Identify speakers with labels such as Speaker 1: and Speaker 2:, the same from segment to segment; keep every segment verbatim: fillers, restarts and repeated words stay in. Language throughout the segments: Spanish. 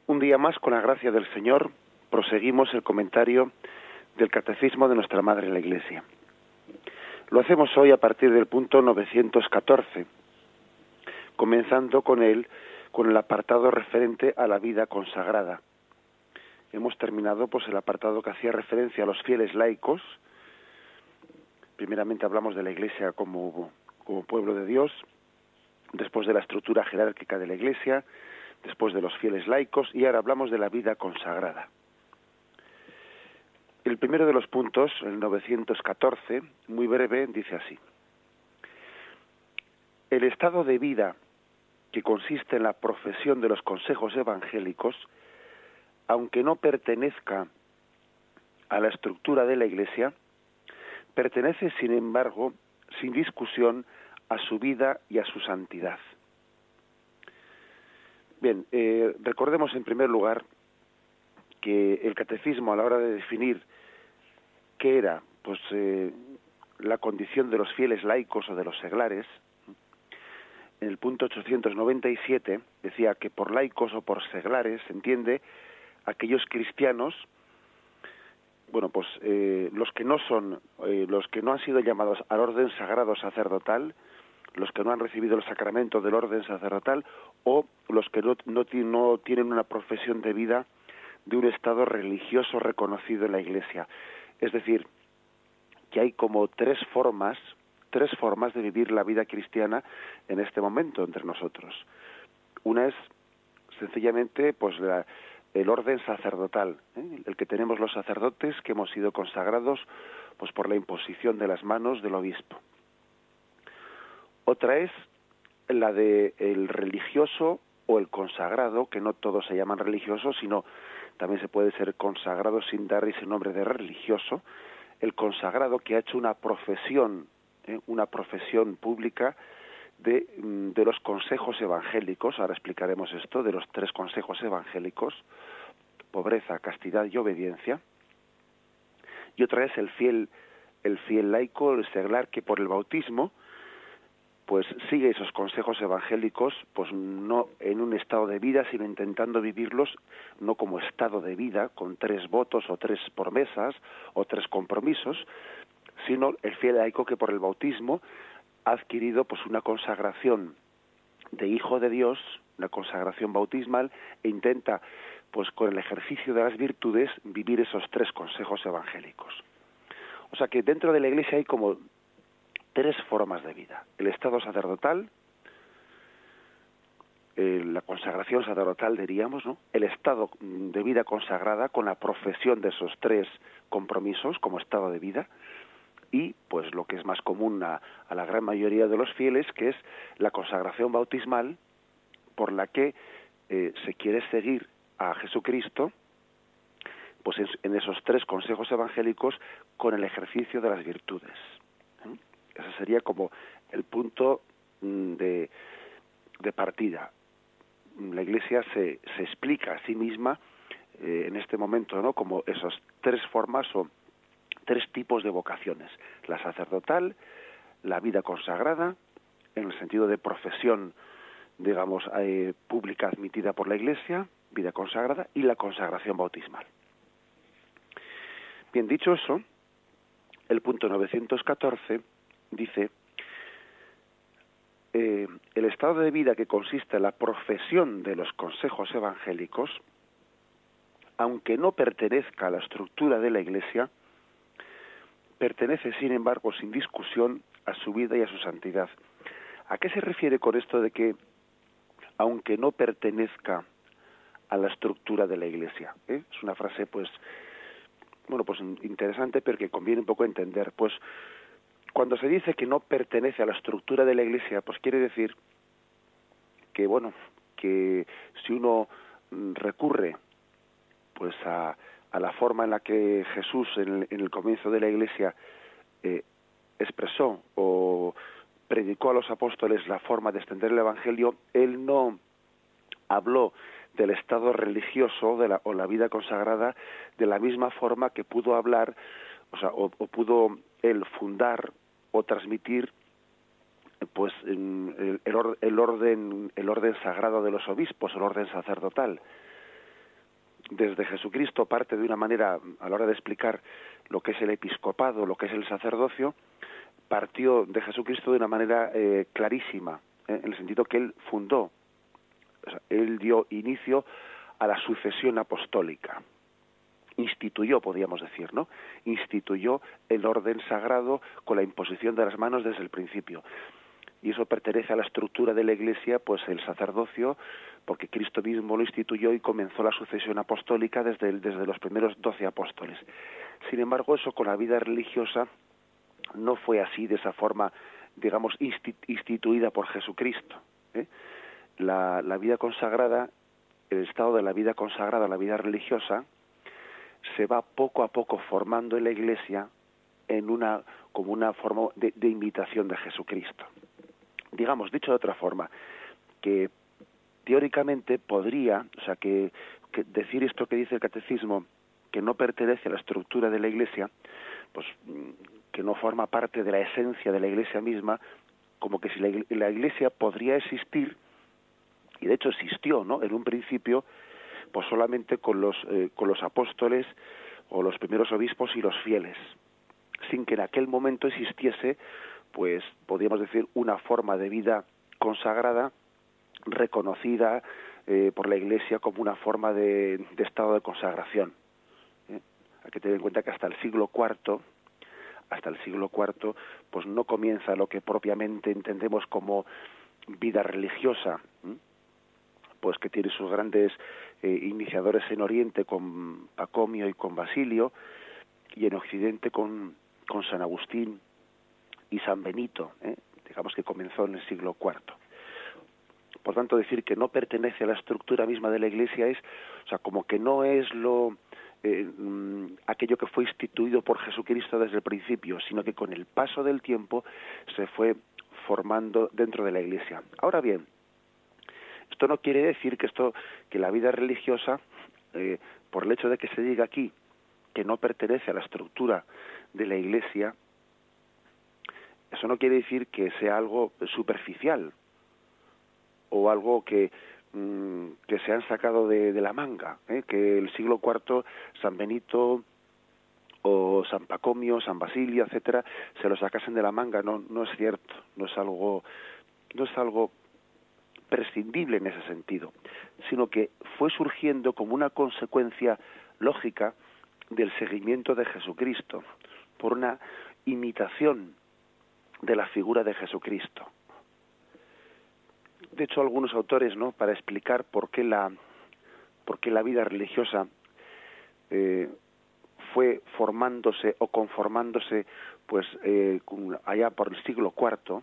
Speaker 1: Un día más, con la gracia del Señor, proseguimos el comentario del Catecismo de nuestra Madre la Iglesia. Lo hacemos hoy a partir del punto novecientos catorce, comenzando con el, con el apartado referente a la vida consagrada. Hemos terminado pues el apartado que hacía referencia a los fieles laicos. Primeramente hablamos de la Iglesia como, como pueblo de Dios, después de la estructura jerárquica de la Iglesia, después de los fieles laicos, y ahora hablamos de la vida consagrada. El primero de los puntos, el novecientos catorce, muy breve, dice así: el estado de vida que consiste en la profesión de los consejos evangélicos, aunque no pertenezca a la estructura de la Iglesia, pertenece, sin embargo, sin discusión, a su vida y a su santidad. Bien, eh, recordemos en primer lugar que el catecismo, a la hora de definir qué era pues eh, la condición de los fieles laicos o de los seglares, en el punto ochocientos noventa y siete decía que por laicos o por seglares se entiende aquellos cristianos, bueno, pues eh, los que no son, eh, los que no han sido llamados al orden sagrado sacerdotal, los que no han recibido el sacramento del orden sacerdotal, o los que no, no, no tienen una profesión de vida de un estado religioso reconocido en la Iglesia. Es decir, que hay como tres formas, tres formas de vivir la vida cristiana en este momento entre nosotros. Una es sencillamente pues la, el orden sacerdotal, ¿eh? el que tenemos los sacerdotes que hemos sido consagrados pues por la imposición de las manos del obispo. Otra es la de el religioso o el consagrado, que no todos se llaman religiosos, sino también se puede ser consagrado sin dar ese nombre de religioso, el consagrado que ha hecho una profesión, ¿eh? una profesión pública de, de los consejos evangélicos. Ahora explicaremos esto, de los tres consejos evangélicos: pobreza, castidad y obediencia. Y otra es el fiel, el fiel laico, el seglar, que por el bautismo pues sigue esos consejos evangélicos, pues no en un estado de vida, sino intentando vivirlos no como estado de vida, con tres votos o tres promesas o tres compromisos, sino el fiel laico que por el bautismo ha adquirido pues una consagración de hijo de Dios, una consagración bautismal, e intenta pues con el ejercicio de las virtudes vivir esos tres consejos evangélicos. O sea que dentro de la Iglesia hay como tres formas de vida: el estado sacerdotal, eh, la consagración sacerdotal diríamos, ¿no? El estado de vida consagrada con la profesión de esos tres compromisos como estado de vida, y pues lo que es más común a, a la gran mayoría de los fieles, que es la consagración bautismal, por la que eh, se quiere seguir a Jesucristo pues en, en esos tres consejos evangélicos con el ejercicio de las virtudes. ¿eh? Ese sería como el punto de, de partida. La Iglesia se, se explica a sí misma eh, en este momento, ¿no?, como esas tres formas o tres tipos de vocaciones: la sacerdotal, la vida consagrada, en el sentido de profesión, digamos, eh, pública admitida por la Iglesia, vida consagrada, y la consagración bautismal. Bien, dicho eso, el punto novecientos catorce dice: eh, el estado de vida que consiste en la profesión de los consejos evangélicos, aunque no pertenezca a la estructura de la Iglesia, pertenece, sin embargo, sin discusión, a su vida y a su santidad. ¿A qué se refiere con esto de que, aunque no pertenezca a la estructura de la Iglesia? ¿Eh? Es una frase, pues, bueno, pues interesante, pero que conviene un poco entender. Pues, cuando se dice que no pertenece a la estructura de la Iglesia, pues quiere decir que, bueno, que si uno recurre, pues, a, a la forma en la que Jesús, en el, en el comienzo de la Iglesia, eh, expresó o predicó a los apóstoles la forma de extender el Evangelio, él no habló del estado religioso de la, o la vida consagrada de la misma forma que pudo hablar, o sea, o, o pudo él fundar o transmitir pues el, el, el orden el orden sagrado de los obispos, el orden sacerdotal. desde Jesucristo parte de una manera, a la hora de explicar lo que es el episcopado, lo que es el sacerdocio, partió de Jesucristo de una manera eh, clarísima, ¿eh? En el sentido que él fundó, o sea, él dio inicio a la sucesión apostólica, instituyó, podríamos decir, ¿no? Instituyó el orden sagrado con la imposición de las manos desde el principio. Y eso pertenece a la estructura de la Iglesia, pues el sacerdocio, porque Cristo mismo lo instituyó y comenzó la sucesión apostólica desde, el, desde los primeros doce apóstoles. Sin embargo, eso con la vida religiosa no fue así, de esa forma, digamos, instituida por Jesucristo, ¿eh? La, la vida consagrada, el estado de la vida consagrada, la vida religiosa, se va poco a poco formando en la Iglesia en una, como una forma de, de imitación de Jesucristo. Digamos, dicho de otra forma, que teóricamente podría, o sea, que, que decir esto que dice el catecismo, que no pertenece a la estructura de la Iglesia, pues que no forma parte de la esencia de la Iglesia misma, como que si la, la Iglesia podría existir, y de hecho existió, ¿no?, en un principio, pues solamente con los, eh, con los apóstoles o los primeros obispos y los fieles, sin que en aquel momento existiese, pues podríamos decir, una forma de vida consagrada, reconocida eh, por la Iglesia como una forma de, de estado de consagración. ¿Eh? Hay que tener en cuenta que hasta el siglo cuarto, hasta el siglo cuarto, pues no comienza lo que propiamente entendemos como vida religiosa, ¿eh? Pues que tiene sus grandes eh, iniciadores en Oriente con Pacomio y con Basilio, y en Occidente con, con San Agustín y San Benito, ¿eh? digamos que comenzó en el siglo cuarto. Por tanto, decir que no pertenece a la estructura misma de la Iglesia es, o sea, como que no es lo eh, aquello que fue instituido por Jesucristo desde el principio, sino que con el paso del tiempo se fue formando dentro de la Iglesia. Ahora bien, esto no quiere decir que esto, que la vida religiosa, eh, por el hecho de que se diga aquí que no pertenece a la estructura de la Iglesia, eso no quiere decir que sea algo superficial o algo que, mmm, que se han sacado de, de la manga, ¿eh? Que el siglo cuarto, San Benito o San Pacomio, San Basilio, etcétera, se lo sacasen de la manga. No, no es cierto, no es algo, no es algo prescindible en ese sentido, sino que fue surgiendo como una consecuencia lógica del seguimiento de Jesucristo, por una imitación de la figura de Jesucristo. De hecho, algunos autores, ¿no?, para explicar por qué la, por qué la vida religiosa eh, fue formándose o conformándose, pues eh, allá por el siglo cuarto,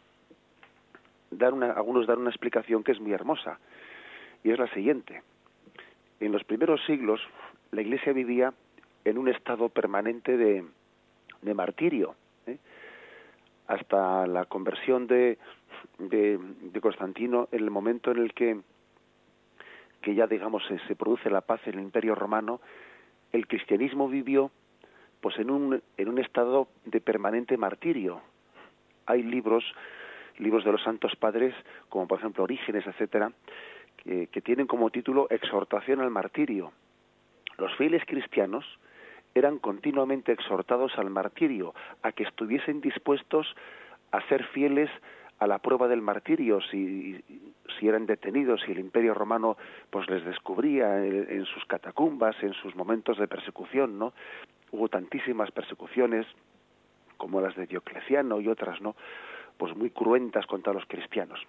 Speaker 1: dar una, algunos dan una explicación que es muy hermosa, y es la siguiente. En los primeros siglos, la Iglesia vivía en un estado permanente de, de martirio, ¿eh? Hasta la conversión de, de, de Constantino, en el momento en el que, que ya, digamos, se, se produce la paz en el Imperio Romano, el cristianismo vivió pues en un, en un estado de permanente martirio. Hay libros libros de los santos padres, como por ejemplo Orígenes, etcétera, que, que tienen como título Exhortación al martirio. Los fieles cristianos eran continuamente exhortados al martirio, a que estuviesen dispuestos a ser fieles a la prueba del martirio, si, si eran detenidos, si el Imperio Romano pues les descubría en, en sus catacumbas, en sus momentos de persecución, ¿no? Hubo tantísimas persecuciones, como las de Diocleciano y otras, ¿no?, pues muy cruentas contra los cristianos.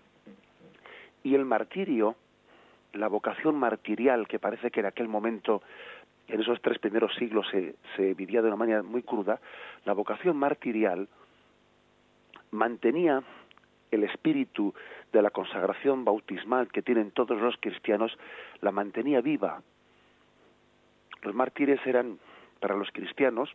Speaker 1: Y el martirio, la vocación martirial, que parece que en aquel momento, en esos tres primeros siglos, se, se vivía de una manera muy cruda, la vocación martirial mantenía el espíritu de la consagración bautismal que tienen todos los cristianos, la mantenía viva. Los mártires eran, para los cristianos,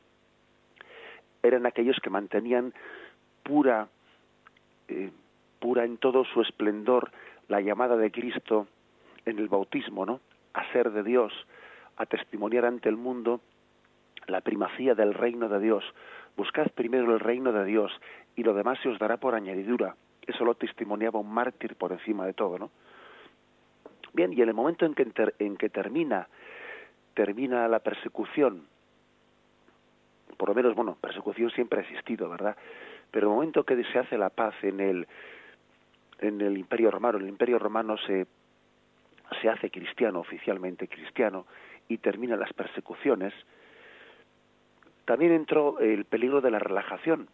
Speaker 1: eran aquellos que mantenían pura Eh, pura en todo su esplendor la llamada de Cristo en el bautismo, ¿no?, a ser de Dios, a testimoniar ante el mundo la primacía del reino de Dios. Buscad primero el reino de Dios y lo demás se os dará por añadidura. Eso lo testimoniaba un mártir por encima de todo, ¿no? Bien, y en el momento en que, ter, en que termina termina la persecución, por lo menos, bueno, persecución siempre ha existido, ¿verdad? Pero el momento que se hace la paz en el en el Imperio Romano, el Imperio Romano se se hace cristiano, oficialmente cristiano, y terminan las persecuciones, también entró el peligro de la relajación.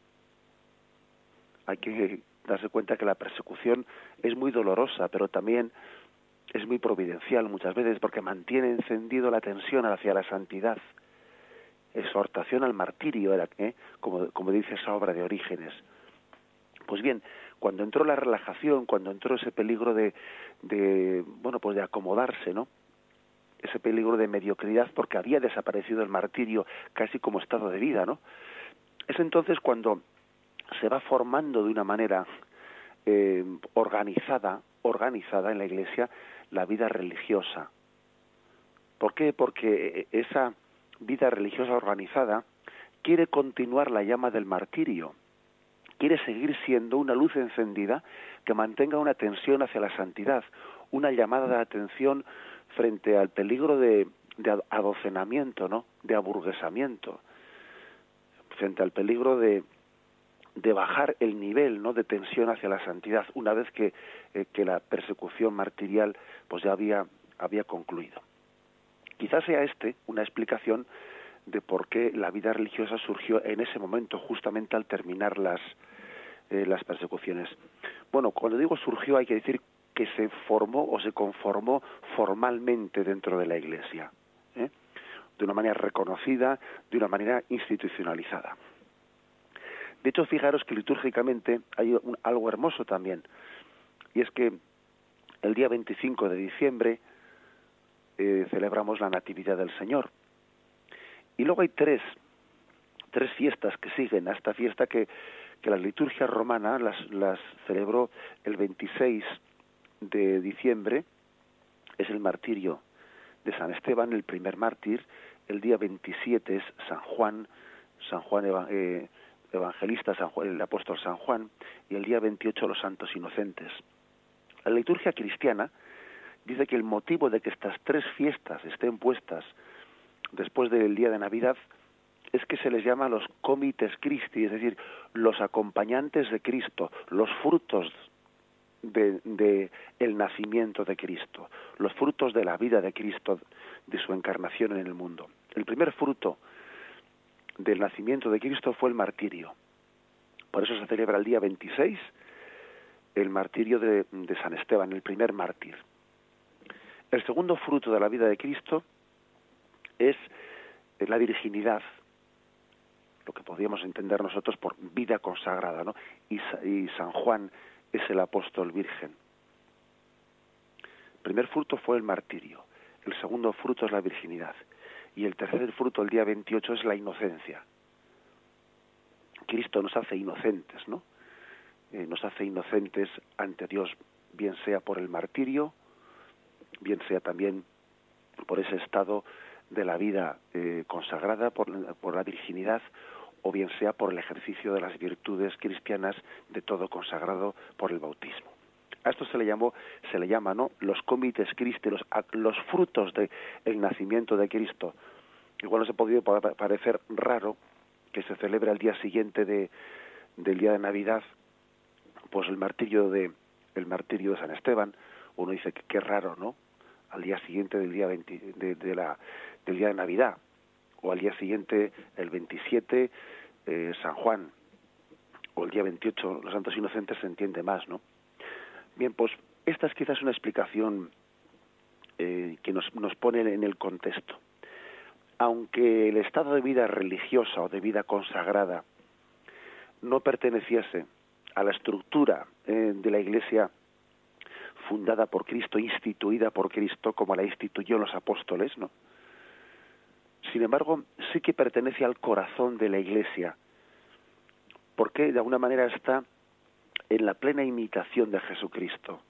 Speaker 1: Hay que darse cuenta que la persecución es muy dolorosa, pero también es muy providencial muchas veces, porque mantiene encendido la tensión hacia la santidad. Exhortación al martirio, era, ¿eh? como, como dice esa obra de Orígenes. Pues bien, cuando entró la relajación, cuando entró ese peligro de, de bueno, pues de acomodarse, ¿no? Ese peligro de mediocridad, porque había desaparecido el martirio casi como estado de vida, ¿no? Es entonces cuando se va formando de una manera eh, organizada, organizada en la Iglesia, la vida religiosa. ¿Por qué? Porque esa vida religiosa organizada quiere continuar la llama del martirio, quiere seguir siendo una luz encendida que mantenga una tensión hacia la santidad, una llamada de atención frente al peligro de, de adocenamiento, ¿no? De aburguesamiento, frente al peligro de, de bajar el nivel, ¿no? De tensión hacia la santidad, una vez que, eh, que la persecución martirial pues ya había, había concluido. Quizás sea este una explicación de por qué la vida religiosa surgió en ese momento, justamente al terminar las, eh, las persecuciones. Bueno, cuando digo surgió hay que decir que se formó o se conformó formalmente dentro de la Iglesia, ¿eh? De una manera reconocida, de una manera institucionalizada. De hecho, fijaros que litúrgicamente hay un, algo hermoso también, y es que el día veinticinco de diciembre eh, celebramos la Natividad del Señor. Y luego hay tres, tres fiestas que siguen a esta fiesta que, que la liturgia romana las, las celebró el veintiséis de diciembre, es el martirio de San Esteban, el primer mártir. El día veintisiete es San Juan, San Juan eh, Evangelista, San Juan, el apóstol San Juan, y el día veintiocho los santos inocentes. La liturgia cristiana dice que el motivo de que estas tres fiestas estén puestas después del día de Navidad es que se les llama los comites Christi, es decir, los acompañantes de Cristo, los frutos de, de el nacimiento de Cristo, los frutos de la vida de Cristo, de su encarnación en el mundo. El primer fruto del nacimiento de Cristo fue el martirio. Por eso se celebra el día veintiséis el martirio de, de San Esteban, el primer mártir. El segundo fruto de la vida de Cristo es la virginidad, lo que podríamos entender nosotros por vida consagrada, ¿no? Y, y San Juan es el apóstol virgen. El primer fruto fue el martirio, el segundo fruto es la virginidad, y el tercer fruto, el día veintiocho, es la inocencia. Cristo nos hace inocentes, ¿no? Eh, nos hace inocentes ante Dios, bien sea por el martirio, bien sea también por ese estado de la vida eh, consagrada, por, por la virginidad, o bien sea por el ejercicio de las virtudes cristianas de todo consagrado por el bautismo. A esto se le llamó, se le llama, ¿no?, los comites Christi, los, los frutos del nacimiento de Cristo. Igual nos ha podido parecer raro que se celebre al día siguiente de, del día de Navidad, pues el martirio de el martirio de San Esteban. Uno dice que qué raro, ¿no?, al día siguiente del día veinte, de, de la del día de Navidad, o al día siguiente el veintisiete eh, San Juan, o el día veintiocho los santos inocentes, se entiende más, ¿no? Bien, pues esta es quizás una explicación eh, que nos, nos pone en el contexto. Aunque el estado de vida religiosa o de vida consagrada no perteneciese a la estructura eh, de la Iglesia fundada por Cristo, instituida por Cristo, como la instituyó los apóstoles, ¿no? Sin embargo, sí que pertenece al corazón de la Iglesia, porque de alguna manera está en la plena imitación de Jesucristo.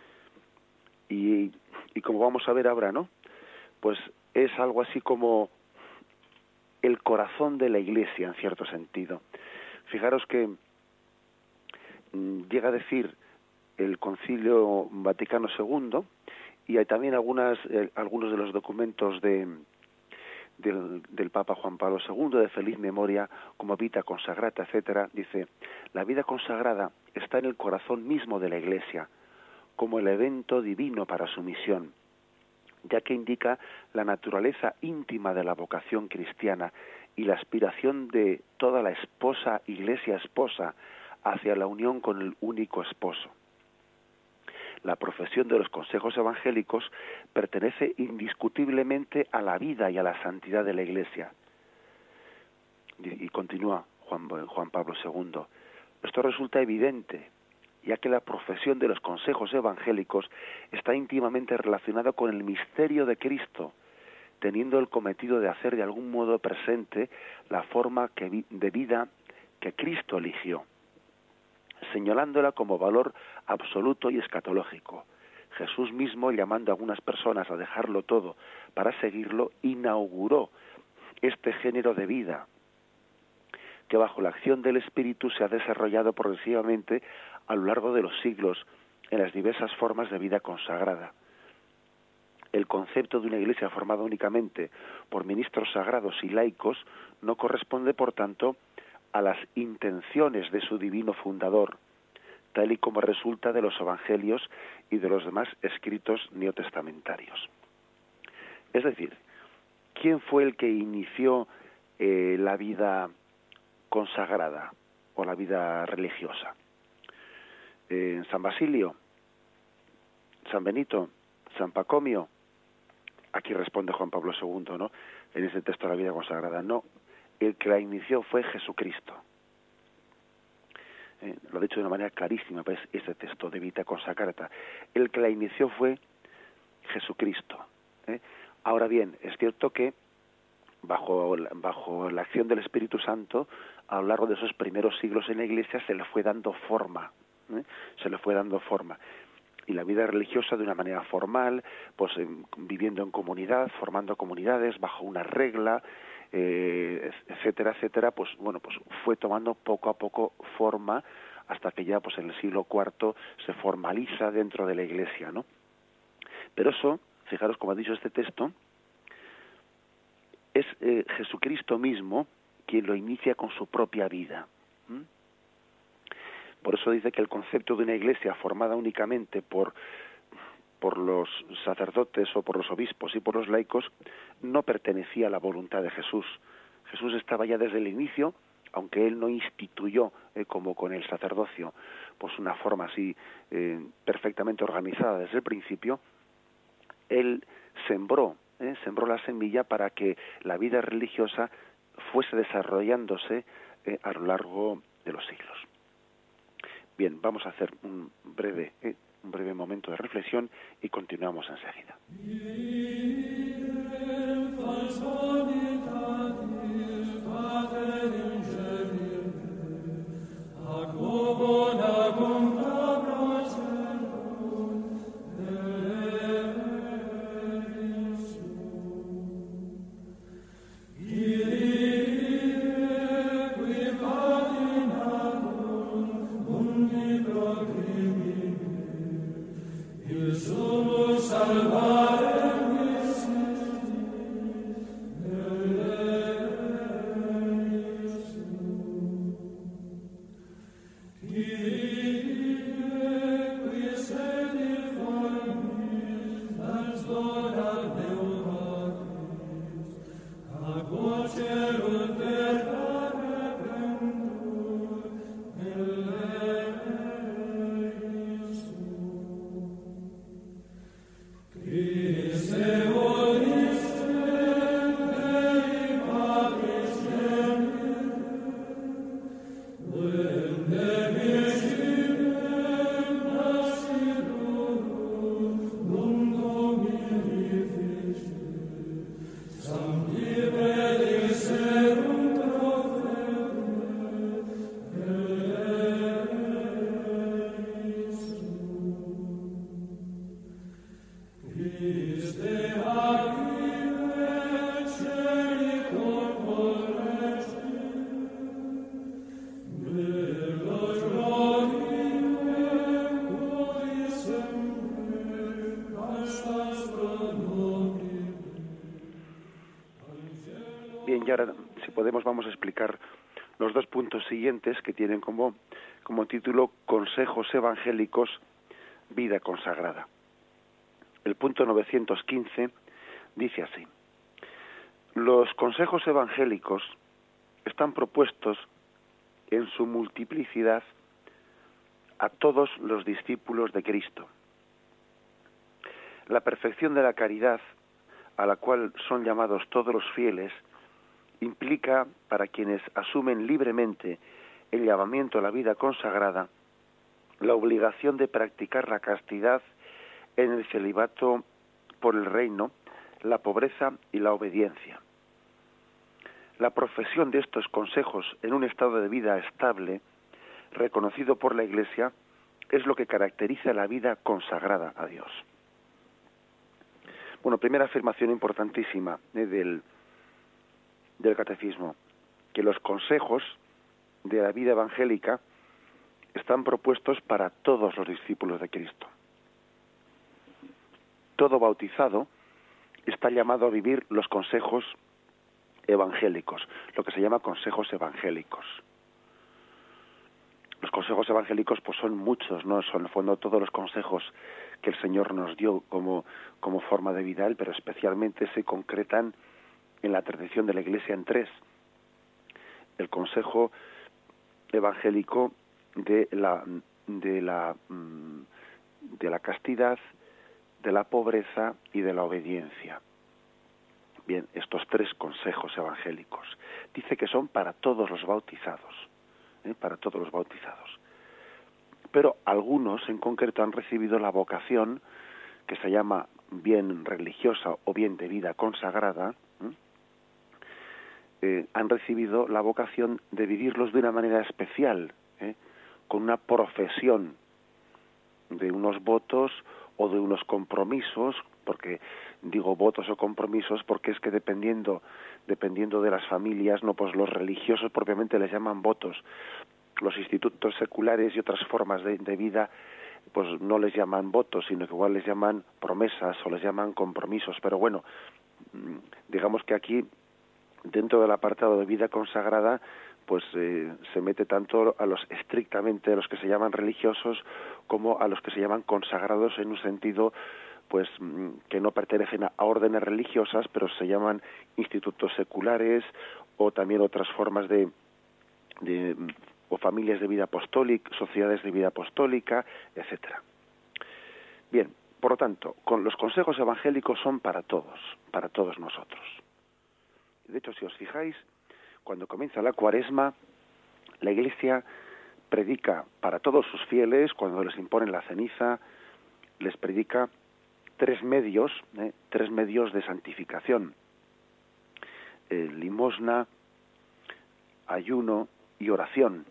Speaker 1: Y, y como vamos a ver ahora, ¿no?, pues es algo así como el corazón de la Iglesia, en cierto sentido. Fijaros que mmm, llega a decir el Concilio Vaticano segundo, Y hay también algunas, eh, algunos de los documentos de, del, del Papa Juan Pablo segundo, de feliz memoria, como Vita Consagrata, etcétera, dice: la vida consagrada está en el corazón mismo de la Iglesia, como el evento divino para su misión, ya que indica la naturaleza íntima de la vocación cristiana y la aspiración de toda la esposa, Iglesia esposa, hacia la unión con el único esposo. La profesión de los consejos evangélicos pertenece indiscutiblemente a la vida y a la santidad de la Iglesia. Y continúa Juan, Juan Pablo segundo. Esto resulta evidente, ya que la profesión de los consejos evangélicos está íntimamente relacionada con el misterio de Cristo, teniendo el cometido de hacer de algún modo presente la forma que, de vida que Cristo eligió, señalándola como valor absoluto y escatológico. Jesús mismo, llamando a algunas personas a dejarlo todo para seguirlo, inauguró este género de vida que bajo la acción del Espíritu se ha desarrollado progresivamente a lo largo de los siglos en las diversas formas de vida consagrada. El concepto de una iglesia formada únicamente por ministros sagrados y laicos no corresponde, por tanto, a las intenciones de su divino fundador, tal y como resulta de los evangelios y de los demás escritos neotestamentarios. Es decir, ¿quién fue el que inició eh, la vida consagrada o la vida religiosa? Eh, San Basilio, San Benito, San Pacomio. Aquí responde Juan Pablo segundo, ¿no? En ese texto de la vida consagrada. No, el que la inició fue Jesucristo. Eh, lo he dicho de una manera clarísima, pues, este texto de Vita Consagrata. El que la inició fue Jesucristo. ¿eh? Ahora bien, es cierto que bajo, bajo la acción del Espíritu Santo, a lo largo de esos primeros siglos en la Iglesia se le fue dando forma, ¿eh? se le fue dando forma. Y la vida religiosa de una manera formal, pues eh, viviendo en comunidad, formando comunidades bajo una regla, eh, etcétera, etcétera, pues bueno, pues fue tomando poco a poco forma hasta que ya pues en el siglo cuarto se formaliza dentro de la Iglesia, ¿no? Pero eso, fijaros como ha dicho este texto, es eh, Jesucristo mismo quien lo inicia con su propia vida. ¿Mm? Por eso dice que el concepto de una iglesia formada únicamente por, por los sacerdotes o por los obispos y por los laicos no pertenecía a la voluntad de Jesús. Jesús estaba ya desde el inicio, aunque él no instituyó, eh, como con el sacerdocio, pues una forma así eh, perfectamente organizada desde el principio. Él sembró, eh, sembró la semilla para que la vida religiosa fuese desarrollándose eh, a lo largo de los siglos. Bien, vamos a hacer un breve, eh, un breve momento de reflexión y continuamos enseguida.
Speaker 2: Salvare
Speaker 1: bien, y ahora, si podemos, vamos a explicar los dos puntos siguientes que tienen como, como título Consejos Evangélicos, Vida Consagrada. El punto novecientos quince dice así: los consejos evangélicos están propuestos en su multiplicidad a todos los discípulos de Cristo. La perfección de la caridad, a la cual son llamados todos los fieles, implica, para quienes asumen libremente el llamamiento a la vida consagrada, la obligación de practicar la castidad en el celibato por el reino, la pobreza y la obediencia. La profesión de estos consejos en un estado de vida estable, reconocido por la Iglesia, es lo que caracteriza la vida consagrada a Dios. Bueno, primera afirmación importantísima eh, del, del catecismo, que los consejos de la vida evangélica están propuestos para todos los discípulos de Cristo. Todo bautizado está llamado a vivir los consejos evangélicos, lo que se llama consejos evangélicos. Los consejos evangélicos pues son muchos, ¿no? Son en el fondo todos los consejos que el Señor nos dio como, como forma de vida, pero especialmente se concretan en la tradición de la Iglesia en tres. El consejo evangélico de la de la de la castidad, de la pobreza y de la obediencia. Bien, estos tres consejos evangélicos dice que son para todos los bautizados, ¿eh? para todos los bautizados. Pero algunos en concreto han recibido la vocación que se llama bien religiosa o bien de vida consagrada, ¿eh? Eh, han recibido la vocación de vivirlos de una manera especial, ¿eh? con una profesión de unos votos o de unos compromisos, porque digo votos o compromisos porque es que dependiendo dependiendo de las familias, no, pues los religiosos propiamente les llaman votos, los institutos seculares y otras formas de, de vida pues no les llaman votos, sino que igual les llaman promesas o les llaman compromisos. Pero bueno, digamos que aquí dentro del apartado de vida consagrada pues eh, se mete tanto a los estrictamente a los que se llaman religiosos como a los que se llaman consagrados en un sentido pues que no pertenecen a órdenes religiosas, pero se llaman institutos seculares o también otras formas de, de o familias de vida apostólica, sociedades de vida apostólica, etcétera. Bien, por lo tanto, con los consejos evangélicos son para todos, para todos nosotros. De hecho, si os fijáis, cuando comienza la Cuaresma, la Iglesia predica para todos sus fieles, cuando les imponen la ceniza, les predica tres medios, ¿eh? tres medios de santificación: eh, limosna, ayuno y oración.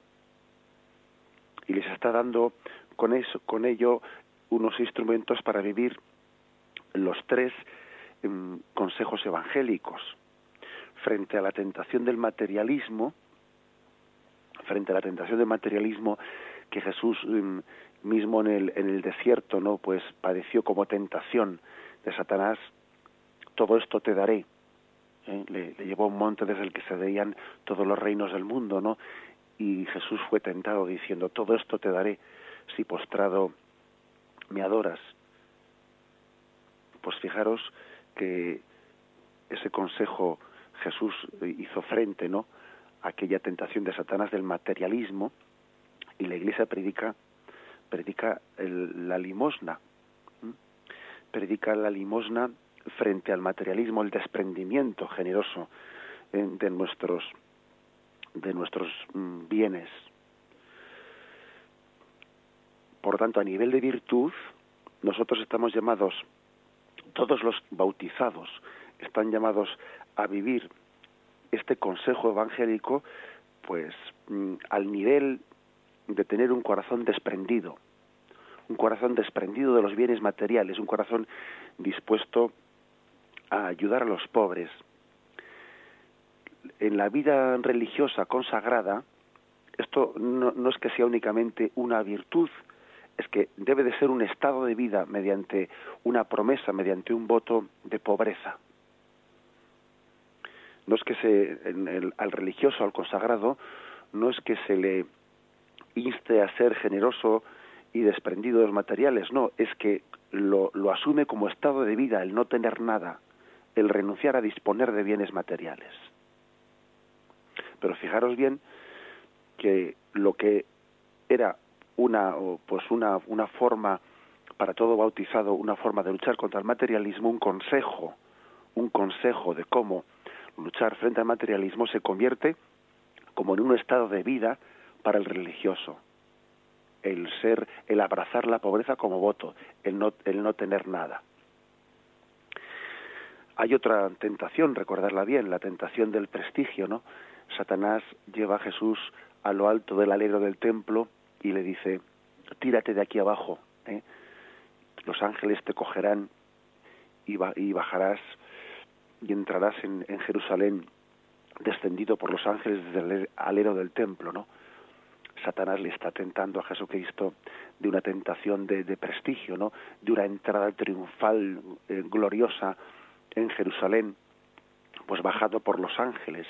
Speaker 1: Y les está dando con eso, con ello, unos instrumentos para vivir los tres eh, consejos evangélicos. Frente a la tentación del materialismo, frente a la tentación del materialismo que Jesús eh, mismo en el en el desierto, no, pues padeció como tentación de Satanás, todo esto te daré. ¿eh? Le, le llevó a un monte desde el que se veían todos los reinos del mundo, ¿no? Y Jesús fue tentado diciendo, todo esto te daré si postrado me adoras. Pues fijaros que ese consejo Jesús hizo frente, ¿no?, a aquella tentación de Satanás del materialismo, y la Iglesia predica predica el, la limosna, ¿sí? predica la limosna frente al materialismo, el desprendimiento generoso eh, de nuestros de nuestros mm, bienes. Por tanto, a nivel de virtud, nosotros estamos llamados, todos los bautizados están llamados a vivir este consejo evangélico, pues mm, al nivel de tener un corazón desprendido, un corazón desprendido de los bienes materiales, un corazón dispuesto a ayudar a los pobres. En la vida religiosa consagrada, esto no, no es que sea únicamente una virtud, es que debe de ser un estado de vida mediante una promesa, mediante un voto de pobreza. no es que se, en el, al religioso, al consagrado, no es que se le inste a ser generoso y desprendido de los materiales, no, es que lo, lo asume como estado de vida, el no tener nada, el renunciar a disponer de bienes materiales. Pero fijaros bien que lo que era una, pues una, una forma para todo bautizado, una forma de luchar contra el materialismo, un consejo, un consejo de cómo luchar frente al materialismo, se convierte como en un estado de vida para el religioso. El ser, el abrazar la pobreza como voto, el no, el no tener nada. Hay otra tentación, recordarla bien, la tentación del prestigio, ¿no? Satanás lleva a Jesús a lo alto del alero del templo y le dice, tírate de aquí abajo, ¿eh? Los ángeles te cogerán y, ba- y bajarás y entrarás en, en Jerusalén descendido por los ángeles desde el alero del templo, ¿no? Satanás le está tentando a Jesucristo de una tentación de, de prestigio, ¿no? De una entrada triunfal, eh, gloriosa en Jerusalén, pues bajado por los ángeles.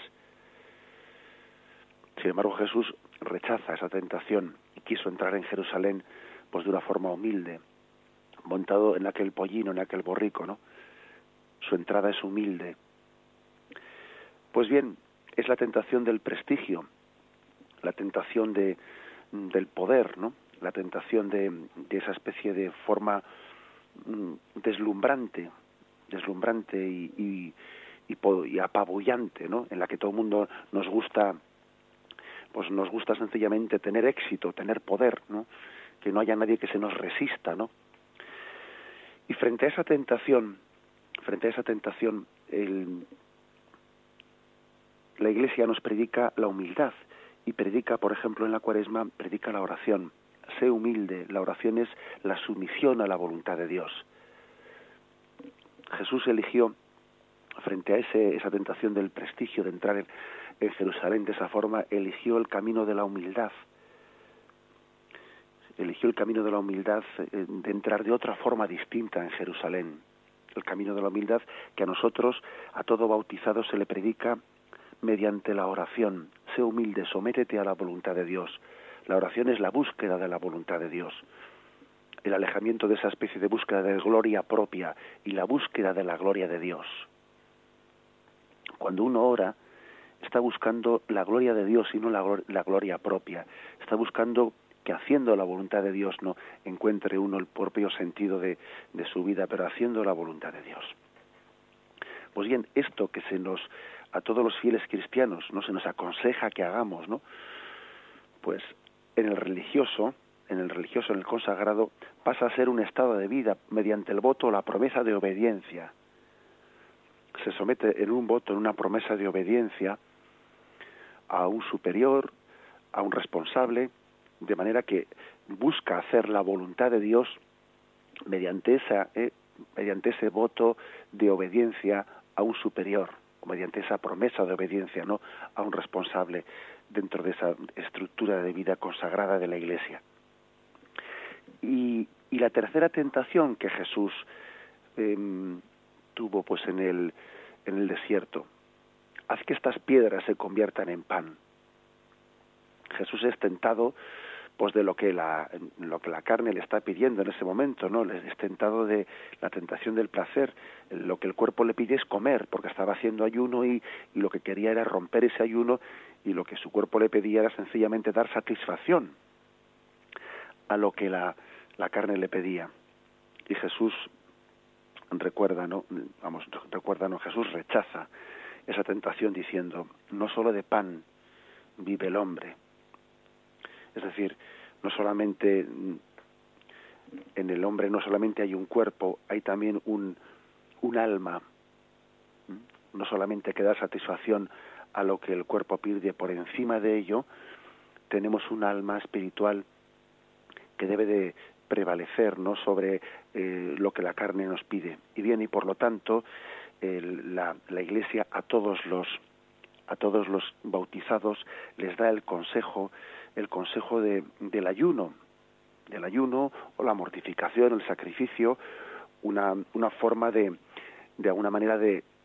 Speaker 1: Sin embargo, Jesús rechaza esa tentación y quiso entrar en Jerusalén pues de una forma humilde, montado en aquel pollino, en aquel borrico, ¿no? Su entrada es humilde. Pues bien, es la tentación del prestigio, la tentación de, del poder, ¿no? La tentación de, de esa especie de forma mm, deslumbrante, deslumbrante y, y, y, y apabullante, ¿no? En la que todo el mundo nos gusta, pues nos gusta sencillamente tener éxito, tener poder, ¿no? Que no haya nadie que se nos resista, ¿no? Y frente a esa tentación, frente a esa tentación, el, la Iglesia nos predica la humildad y predica, por ejemplo, en la Cuaresma, predica la oración. Sé humilde, la oración es la sumisión a la voluntad de Dios. Jesús eligió, frente a ese, esa tentación del prestigio de entrar en, en Jerusalén de esa forma, eligió el camino de la humildad. Eligió el camino de la humildad, eh, de entrar de otra forma distinta en Jerusalén. El camino de la humildad que a nosotros, a todo bautizado, se le predica mediante la oración. Sé humilde, sométete a la voluntad de Dios. La oración es la búsqueda de la voluntad de Dios, el alejamiento de esa especie de búsqueda de gloria propia y la búsqueda de la gloria de Dios. Cuando uno ora, está buscando la gloria de Dios y no la, la gloria propia. Está buscando que haciendo la voluntad de Dios no encuentre uno el propio sentido de, de su vida, pero haciendo la voluntad de Dios. Pues bien, esto que se nos, a todos los fieles cristianos, no se nos aconseja que hagamos, ¿no? Pues en el religioso, en el religioso, en el consagrado, pasa a ser un estado de vida mediante el voto o la promesa de obediencia. Se somete en un voto, en una promesa de obediencia a un superior, a un responsable, de manera que busca hacer la voluntad de Dios mediante esa, eh, mediante ese voto de obediencia a un superior, o mediante esa promesa de obediencia, ¿no?, a un responsable dentro de esa estructura de vida consagrada de la Iglesia. Y, y la tercera tentación que Jesús eh, tuvo pues en el, en el desierto: haz que estas piedras se conviertan en pan. Jesús es tentado pues de lo que la lo que la carne le está pidiendo en ese momento, ¿no? Es tentado de la tentación del placer. Lo que el cuerpo le pide es comer, porque estaba haciendo ayuno y, y lo que quería era romper ese ayuno, y lo que su cuerpo le pedía era sencillamente dar satisfacción a lo que la, la carne le pedía. Y Jesús recuerda, ¿no? Vamos, recuerda, ¿no? Jesús rechaza esa tentación diciendo: no solo de pan vive el hombre. Es decir, no solamente en el hombre no solamente hay un cuerpo, hay también un, un alma. No solamente hay que dar satisfacción a lo que el cuerpo pide, por encima de ello tenemos un alma espiritual que debe de prevalecer, ¿no?, sobre eh, lo que la carne nos pide. Y bien, y por lo tanto el, la, la Iglesia a todos los a todos los bautizados les da el consejo el consejo de, del ayuno, del ayuno o la mortificación, el sacrificio, una, una forma de, de alguna manera de,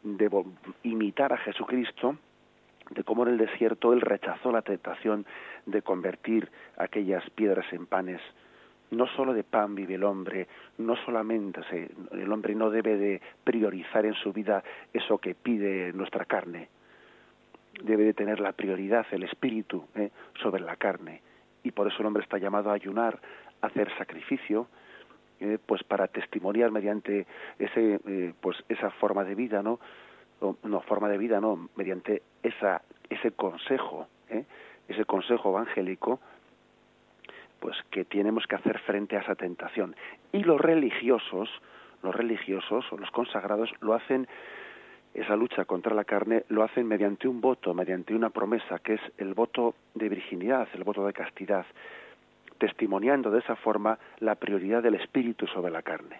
Speaker 1: de imitar a Jesucristo, de cómo en el desierto él rechazó la tentación de convertir aquellas piedras en panes. No solo de pan vive el hombre, no solamente se, el hombre no debe de priorizar en su vida eso que pide nuestra carne, debe de tener la prioridad el espíritu ¿eh? sobre la carne, y por eso el hombre está llamado a ayunar, a hacer sacrificio, eh, pues para testimoniar mediante ese eh, pues esa forma de vida, no o, no forma de vida no mediante esa ese consejo ¿eh? ese consejo evangélico, pues que tenemos que hacer frente a esa tentación. Y los religiosos, los religiosos o los consagrados lo hacen, esa lucha contra la carne, lo hacen mediante un voto, mediante una promesa, que es el voto de virginidad, el voto de castidad, testimoniando de esa forma la prioridad del espíritu sobre la carne.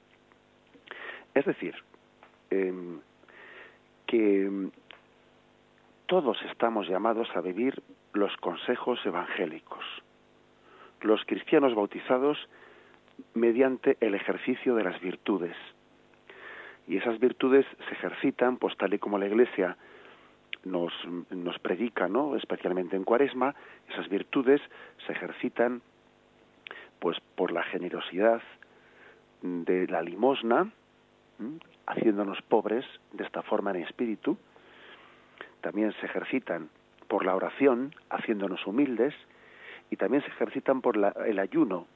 Speaker 1: Es decir, eh, que todos estamos llamados a vivir los consejos evangélicos. Los cristianos bautizados mediante el ejercicio de las virtudes. Y esas virtudes se ejercitan, pues tal y como la Iglesia nos, nos predica, ¿no? Especialmente en Cuaresma, esas virtudes se ejercitan pues por la generosidad de la limosna, ¿m? haciéndonos pobres de esta forma en espíritu. También se ejercitan por la oración, haciéndonos humildes, y también se ejercitan por la, el ayuno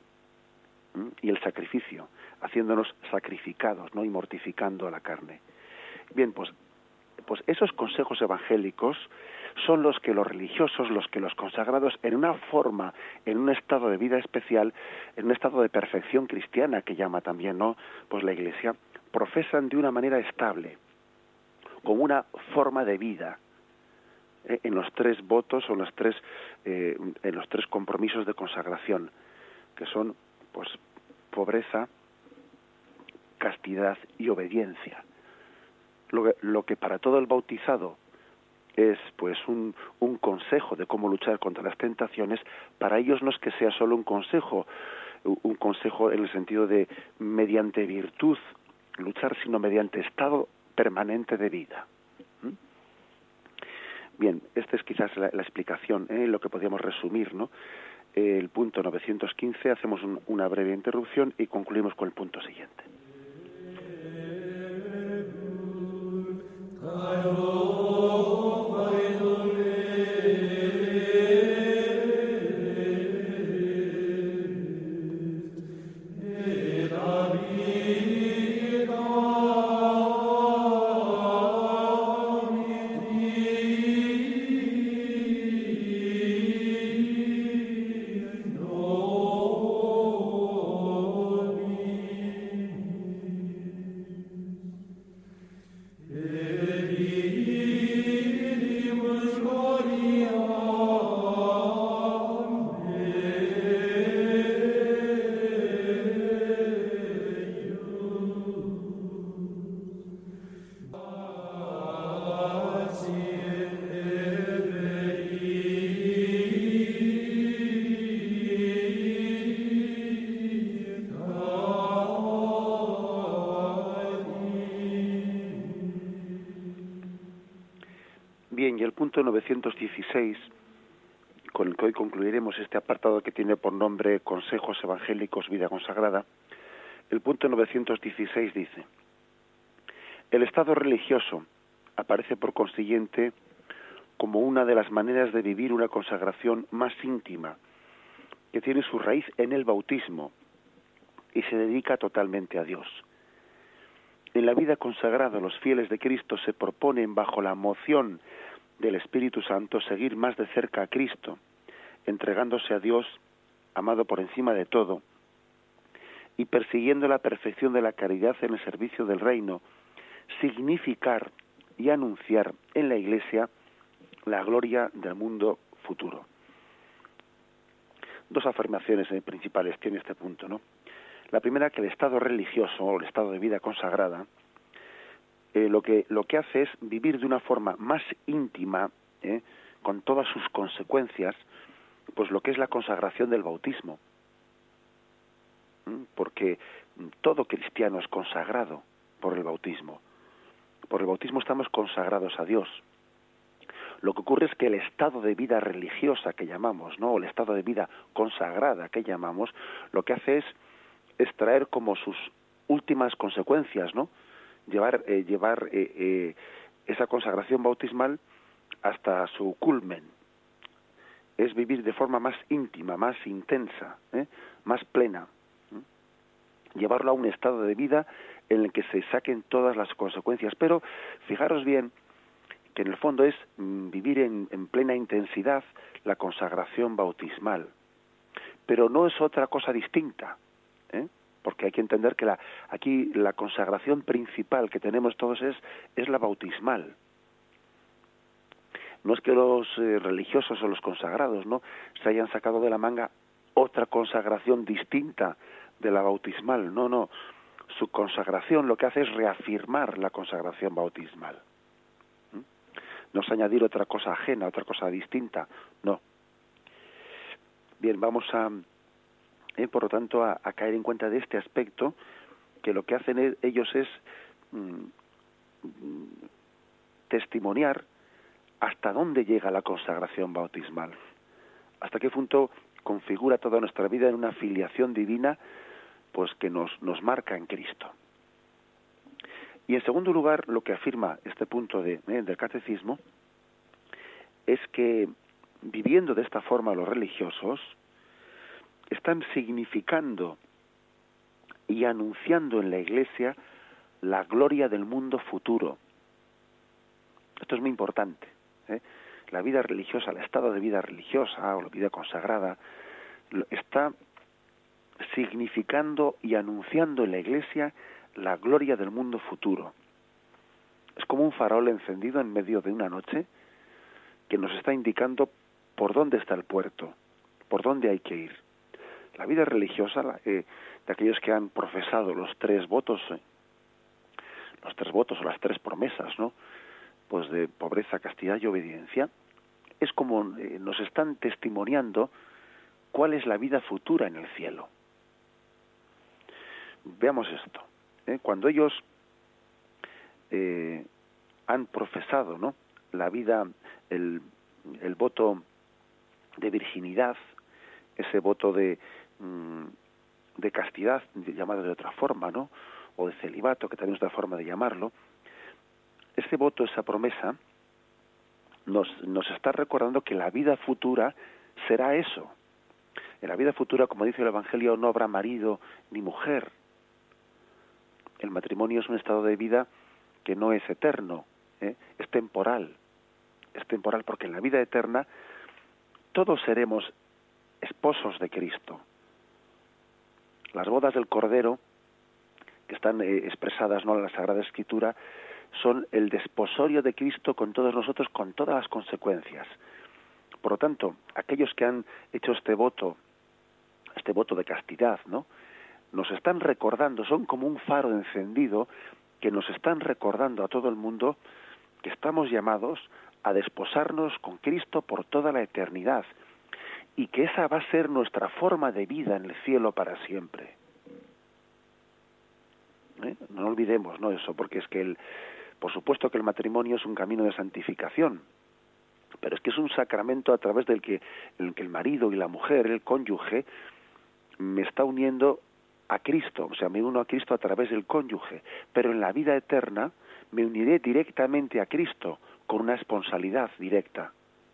Speaker 1: ¿m? y el sacrificio, haciéndonos sacrificados, ¿no? y mortificando a la carne. Bien, pues, pues esos consejos evangélicos son los que los religiosos, los que los consagrados, en una forma, en un estado de vida especial, en un estado de perfección cristiana que llama también, ¿no? Pues la Iglesia, profesan de una manera estable, como una forma de vida, ¿eh? en los tres votos o en los tres, eh, en los tres compromisos de consagración, que son, pues, pobreza, castidad y obediencia. Lo que, lo que para todo el bautizado es pues un, un consejo de cómo luchar contra las tentaciones, para ellos no es que sea solo un consejo, un consejo en el sentido de mediante virtud luchar, sino mediante estado permanente de vida. ¿Mm? Bien, esta es quizás la, la explicación, ¿eh? lo que podríamos resumir, ¿no? El punto novecientos quince, hacemos un, una breve interrupción y concluimos con el punto siguiente. Bien, y el punto novecientos dieciséis, con el que hoy concluiremos este apartado que tiene por nombre Consejos Evangélicos, Vida Consagrada, el punto novecientos dieciséis dice: el estado religioso aparece por consiguiente como una de las maneras de vivir una consagración más íntima, que tiene su raíz en el bautismo y se dedica totalmente a Dios. En la vida consagrada, los fieles de Cristo se proponen, bajo la moción del Espíritu Santo, seguir más de cerca a Cristo, entregándose a Dios, amado por encima de todo, y persiguiendo la perfección de la caridad en el servicio del reino, significar y anunciar en la Iglesia la gloria del mundo futuro. Dos afirmaciones eh, principales tiene este punto, ¿no? La primera, que el estado religioso o el estado de vida consagrada eh, lo que lo que hace es vivir de una forma más íntima, eh, con todas sus consecuencias, pues lo que es la consagración del bautismo. ¿Mm? Porque todo cristiano es consagrado por el bautismo. Por el bautismo estamos consagrados a Dios. Lo que ocurre es que el estado de vida religiosa que llamamos, ¿no? O el estado de vida consagrada que llamamos, lo que hace es extraer como sus últimas consecuencias, ¿no? Llevar, eh, llevar eh, eh, esa consagración bautismal hasta su culmen. Es vivir de forma más íntima, más intensa, ¿eh? más plena. ¿eh? Llevarlo a un estado de vida en el que se saquen todas las consecuencias. Pero fijaros bien que en el fondo es mm, vivir en, en plena intensidad la consagración bautismal. Pero no es otra cosa distinta, ¿eh? Porque hay que entender que la, aquí la consagración principal que tenemos todos es, es la bautismal. No es que los eh, religiosos o los consagrados, ¿no?, se hayan sacado de la manga otra consagración distinta de la bautismal. No, no. Su consagración lo que hace es reafirmar la consagración bautismal. ¿Mm? No es añadir otra cosa ajena, otra cosa distinta. No. Bien, vamos a, eh, por lo tanto, a, a caer en cuenta de este aspecto, que lo que hacen e- ellos es mm, testimoniar hasta dónde llega la consagración bautismal, hasta qué punto configura toda nuestra vida en una filiación divina, pues que nos, nos marca en Cristo. Y en segundo lugar, lo que afirma este punto de, eh, del catecismo es que viviendo de esta forma los religiosos están significando y anunciando en la Iglesia la gloria del mundo futuro. Esto es muy importante. ¿eh? La vida religiosa, el estado de vida religiosa o la vida consagrada está significando y anunciando en la Iglesia la gloria del mundo futuro. Es como un farol encendido en medio de una noche que nos está indicando por dónde está el puerto, por dónde hay que ir. La vida religiosa la, eh, de aquellos que han profesado los tres votos, eh, los tres votos o las tres promesas, ¿no?, pues de pobreza, castidad y obediencia, es como eh, nos están testimoniando cuál es la vida futura en el cielo. Veamos esto. ¿eh? Cuando ellos eh, han profesado, ¿no?, la vida, el, el voto de virginidad, ese voto de, mm, de castidad, llamado de otra forma, ¿no?, o de celibato, que también es otra forma de llamarlo, ese voto, esa promesa, nos, nos está recordando que la vida futura será eso. En la vida futura, como dice el Evangelio, no habrá marido ni mujer. El matrimonio es un estado de vida que no es eterno, ¿eh? es temporal. Es temporal porque en la vida eterna todos seremos esposos de Cristo. Las bodas del Cordero, que están eh, expresadas, ¿no?, en la Sagrada Escritura, son el desposorio de Cristo con todos nosotros, con todas las consecuencias. Por lo tanto, aquellos que han hecho este voto, este voto de castidad, ¿no?, nos están recordando, son como un faro encendido que nos están recordando a todo el mundo que estamos llamados a desposarnos con Cristo por toda la eternidad y que esa va a ser nuestra forma de vida en el cielo para siempre. ¿Eh? No olvidemos, ¿no?, eso, porque es que el Por supuesto que el matrimonio es un camino de santificación, pero es que es un sacramento a través del que, en el que el marido y la mujer, el cónyuge, me está uniendo a Cristo, o sea, me uno a Cristo a través del cónyuge, pero en la vida eterna me uniré directamente a Cristo con una esponsalidad directa.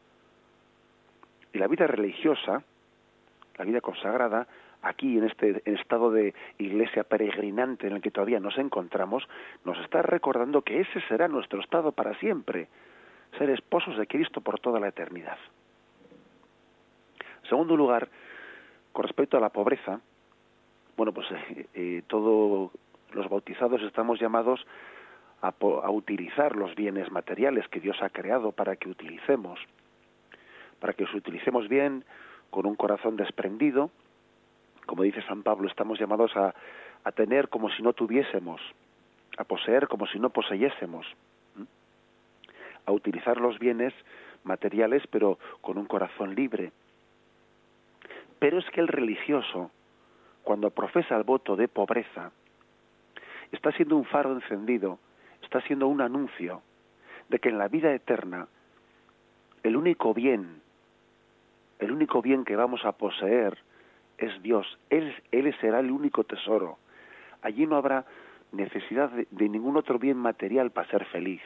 Speaker 1: Y la vida religiosa, la vida consagrada, aquí en este en estado de iglesia peregrinante en el que todavía nos encontramos, nos está recordando que ese será nuestro estado para siempre, ser esposos de Cristo por toda la eternidad. En segundo lugar, con respecto a la pobreza, bueno, pues eh, eh, todos los bautizados estamos llamados a, a utilizar los bienes materiales que Dios ha creado para que utilicemos, para que los utilicemos bien, con un corazón desprendido. Como dice San Pablo, estamos llamados a, a tener como si no tuviésemos, a poseer como si no poseyésemos, ¿Mm? a utilizar los bienes materiales, pero con un corazón libre. Pero es que el religioso, cuando profesa el voto de pobreza, está siendo un faro encendido, está siendo un anuncio de que en la vida eterna el único bien, el único bien que vamos a poseer es Dios. Él, Él será el único tesoro. Allí no habrá necesidad de, de ningún otro bien material para ser feliz.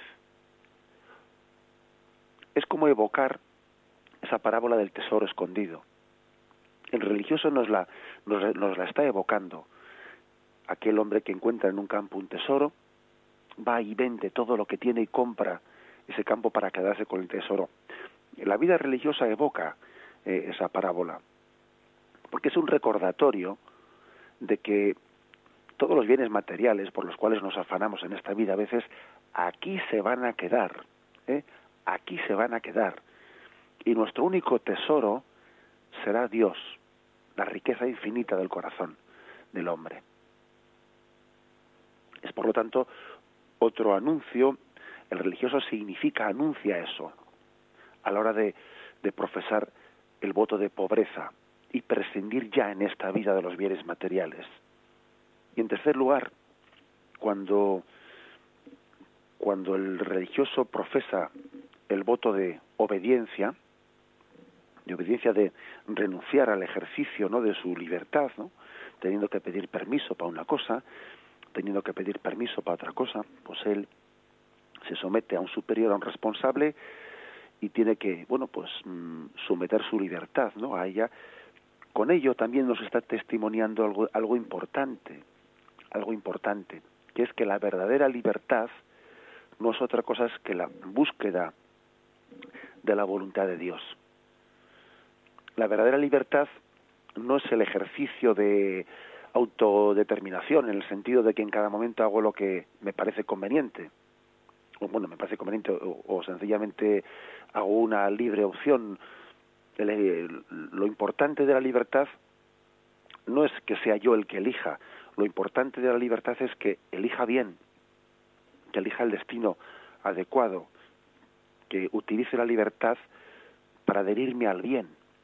Speaker 1: Es como evocar esa parábola del tesoro escondido. El religioso nos la, nos, nos la está evocando. Aquel hombre que encuentra en un campo un tesoro, va y vende todo lo que tiene y compra ese campo para quedarse con el tesoro. La vida religiosa evoca eh, esa parábola, porque es un recordatorio de que todos los bienes materiales por los cuales nos afanamos en esta vida a veces aquí se van a quedar, ¿eh? aquí se van a quedar. Y nuestro único tesoro será Dios, la riqueza infinita del corazón del hombre. Es por lo tanto otro anuncio. El religioso significa, anuncia eso, a la hora de, de profesar el voto de pobreza y prescindir ya en esta vida de los bienes materiales. Y en tercer lugar, cuando, cuando el religioso profesa el voto de obediencia, de obediencia de renunciar al ejercicio, ¿no?, de su libertad, ¿no?, teniendo que pedir permiso para una cosa, teniendo que pedir permiso para otra cosa, pues él se somete a un superior, a un responsable, y tiene que, bueno, pues mmm, someter su libertad, ¿no?, a ella. Con ello también nos está testimoniando algo, algo importante, algo importante, que es que la verdadera libertad no es otra cosa que la búsqueda de la voluntad de Dios. La verdadera libertad no es el ejercicio de autodeterminación, en el sentido de que en cada momento hago lo que me parece conveniente, o bueno, me parece conveniente, o, o sencillamente hago una libre opción. El, el, lo importante de la libertad no es que sea yo el que elija, lo importante de la libertad es que elija bien, que elija el destino adecuado, que utilice la libertad para adherirme al bien.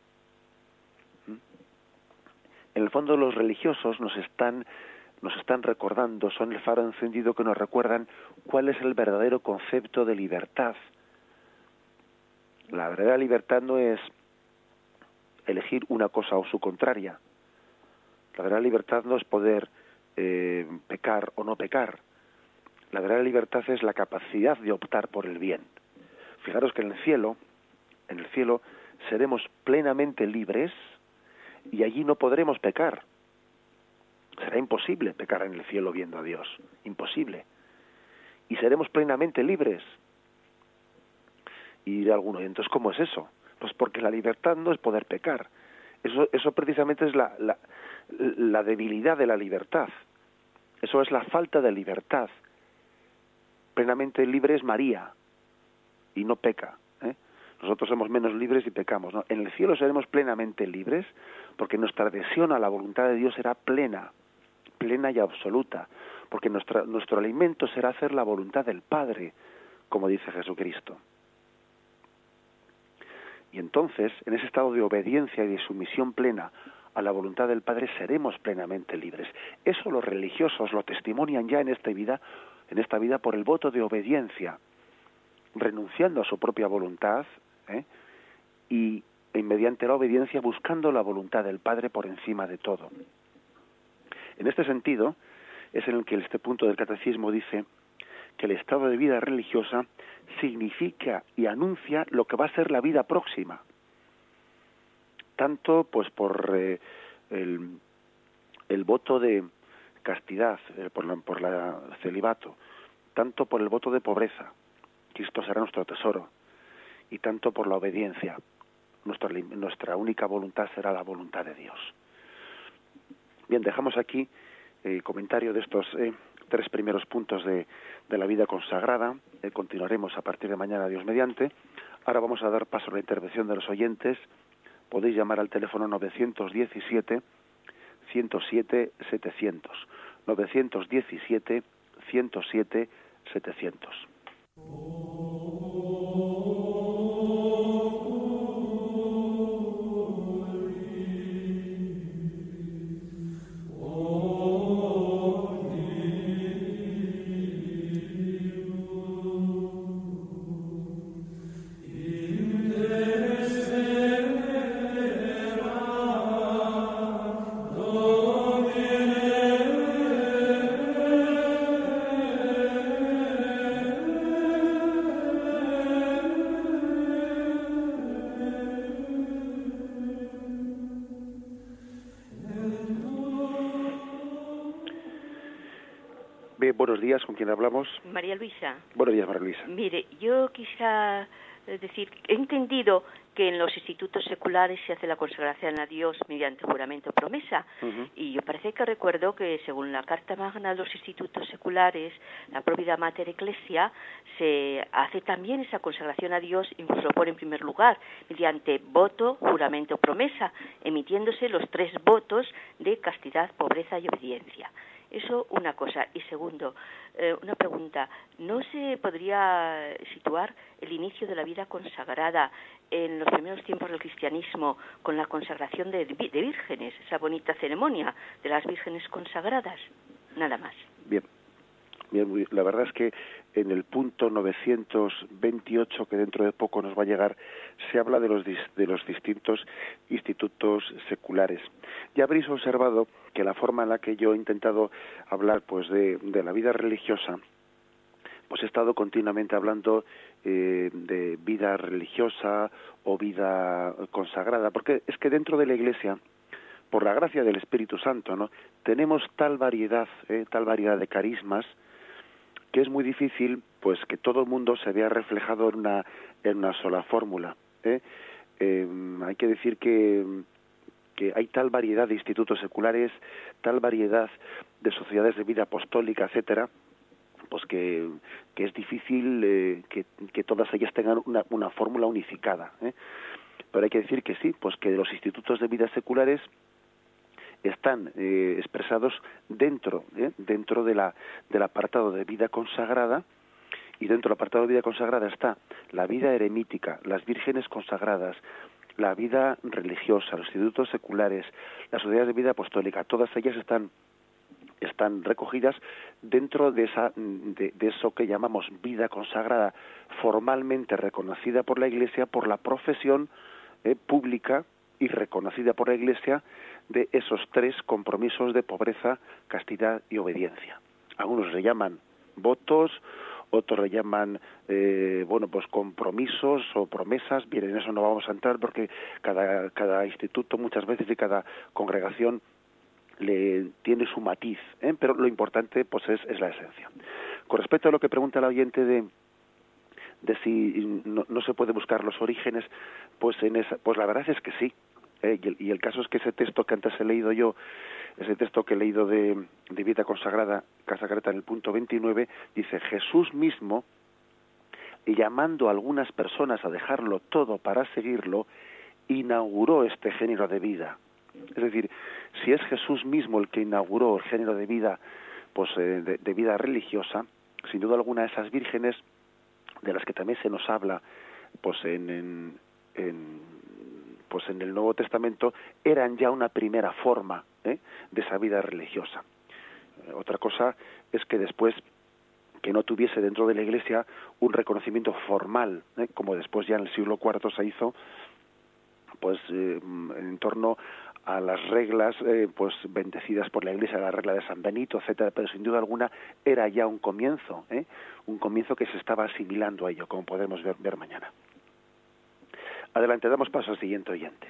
Speaker 1: En el fondo los religiosos nos están nos están recordando, son el faro encendido que nos recuerdan cuál es el verdadero concepto de libertad. La verdadera libertad no es elegir una cosa o su contraria. La verdadera libertad no es poder eh, pecar o no pecar. La verdadera libertad es la capacidad de optar por el bien. Fijaros que en el cielo, en el cielo seremos plenamente libres y allí no podremos pecar. Será imposible pecar en el cielo viendo a Dios, imposible. Y seremos plenamente libres. Y dirá alguno, ¿y entonces cómo es eso? Pues porque la libertad no es poder pecar. Eso, eso precisamente es la, la, la debilidad de la libertad. Eso es la falta de libertad. Plenamente libre es María y no peca, ¿eh? Nosotros somos menos libres y pecamos, ¿no? En el cielo seremos plenamente libres porque nuestra adhesión a la voluntad de Dios será plena, plena y absoluta, porque nuestra, nuestro alimento será hacer la voluntad del Padre, como dice Jesucristo. Y entonces, en ese estado de obediencia y de sumisión plena a la voluntad del Padre, seremos plenamente libres. Eso los religiosos lo testimonian ya en esta vida, en esta vida por el voto de obediencia, renunciando a su propia voluntad, ¿eh? y, y mediante la obediencia buscando la voluntad del Padre por encima de todo. En este sentido, es en el que este punto del catecismo dice que el estado de vida religiosa significa y anuncia lo que va a ser la vida próxima, tanto pues por eh, el, el voto de castidad, eh, por la, por la celibato, tanto por el voto de pobreza, Cristo será nuestro tesoro, y tanto por la obediencia, nuestra, nuestra única voluntad será la voluntad de Dios. Bien, dejamos aquí el comentario de estos eh, tres primeros puntos de, de la vida consagrada. Eh, continuaremos a partir de mañana, Dios mediante. Ahora vamos a dar paso a la intervención de los oyentes. Podéis llamar al teléfono novecientos diecisiete, ciento siete, setecientos. novecientos diecisiete, ciento siete, setecientos. buenos días, ¿con quién hablamos?
Speaker 2: María Luisa.
Speaker 1: Buenos días, María Luisa.
Speaker 2: Mire, yo quisiera decir, he entendido que en los institutos seculares se hace la consagración a Dios mediante juramento o promesa, uh-huh. y yo parece que recuerdo que según la Carta Magna de los institutos seculares, la Provida Mater Ecclesia, se hace también esa consagración a Dios, incluso lo pone en primer lugar, mediante voto, juramento o promesa, emitiéndose los tres votos de castidad, pobreza y obediencia. Eso una cosa. Y segundo, eh, una pregunta, ¿no se podría situar el inicio de la vida consagrada en los primeros tiempos del cristianismo con la consagración de, de vírgenes, esa bonita ceremonia de las vírgenes consagradas? Nada más.
Speaker 1: Bien. Bien, la verdad es que en el punto novecientos veintiocho, que dentro de poco nos va a llegar, se habla de los, de los distintos institutos seculares. Ya habréis observado que la forma en la que yo he intentado hablar pues de, de la vida religiosa, pues he estado continuamente hablando eh, de vida religiosa o vida consagrada, porque es que dentro de la Iglesia, por la gracia del Espíritu Santo, ¿no?, tenemos tal variedad, eh, tal variedad de carismas, que es muy difícil pues que todo el mundo se vea reflejado en una en una sola fórmula, ¿eh? Eh, hay que decir que que hay tal variedad de institutos seculares, tal variedad de sociedades de vida apostólica, etcétera, pues que, que es difícil eh, que, que todas ellas tengan una, una fórmula unificada, ¿eh? Pero hay que decir que sí, pues que los institutos de vida seculares están eh, expresados dentro eh, dentro de la del apartado de vida consagrada, y dentro del apartado de vida consagrada está la vida eremítica, las vírgenes consagradas, la vida religiosa, los institutos seculares, las sociedades de vida apostólica. Todas ellas están están recogidas dentro de esa de, de eso que llamamos vida consagrada, formalmente reconocida por la Iglesia, por la profesión eh, pública y reconocida por la Iglesia de esos tres compromisos de pobreza, castidad y obediencia. Algunos le llaman votos, otros le llaman eh, bueno pues compromisos o promesas. Bien, en eso no vamos a entrar porque cada cada instituto muchas veces y cada congregación le tiene su matiz, ¿eh? Pero lo importante pues es, es la esencia. Con respecto a lo que pregunta el oyente de de si no, no se puede buscar los orígenes, pues en esa, pues la verdad es que sí. Eh, y, el, y el caso es que ese texto que antes he leído yo, ese texto que he leído de, de vida consagrada, Casa Creta, en el punto veintinueve, dice: Jesús mismo, llamando a algunas personas a dejarlo todo para seguirlo, inauguró este género de vida. Es decir, si es Jesús mismo el que inauguró el género de vida, pues eh, de, de vida religiosa, sin duda alguna esas vírgenes de las que también se nos habla, pues en, en, en pues en el Nuevo Testamento, eran ya una primera forma ¿eh? de esa vida religiosa. Eh, otra cosa es que después que no tuviese dentro de la Iglesia un reconocimiento formal, ¿eh? como después ya en el siglo cuarto se hizo, pues eh, en torno a las reglas eh, pues bendecidas por la Iglesia, la regla de San Benito, etcétera, pero sin duda alguna era ya un comienzo, ¿eh? un comienzo que se estaba asimilando a ello, como podemos ver, ver mañana. Adelante, damos paso al siguiente oyente.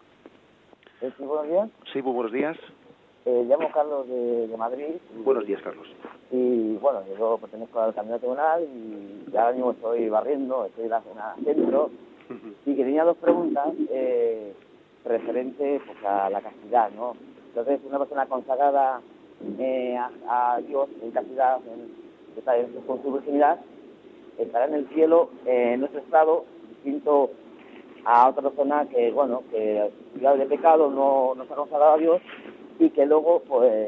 Speaker 3: Sí, buenos días.
Speaker 1: Sí, muy buenos días.
Speaker 3: Eh, llamo Carlos de, de Madrid. Y,
Speaker 1: buenos días, Carlos.
Speaker 3: Y bueno, yo pertenezco al Camino Tribunal y ahora mismo estoy barriendo, estoy en la zona centro, uh-huh. y que tenía dos preguntas eh, referentes pues, a la castidad, ¿no? Entonces, una persona consagrada eh, a, a Dios en castidad, en, en, con su virginidad, estará en el cielo eh, en nuestro estado distinto a otra persona que, bueno, que ciudad de pecado no, no se ha consagrado a Dios y que luego, pues,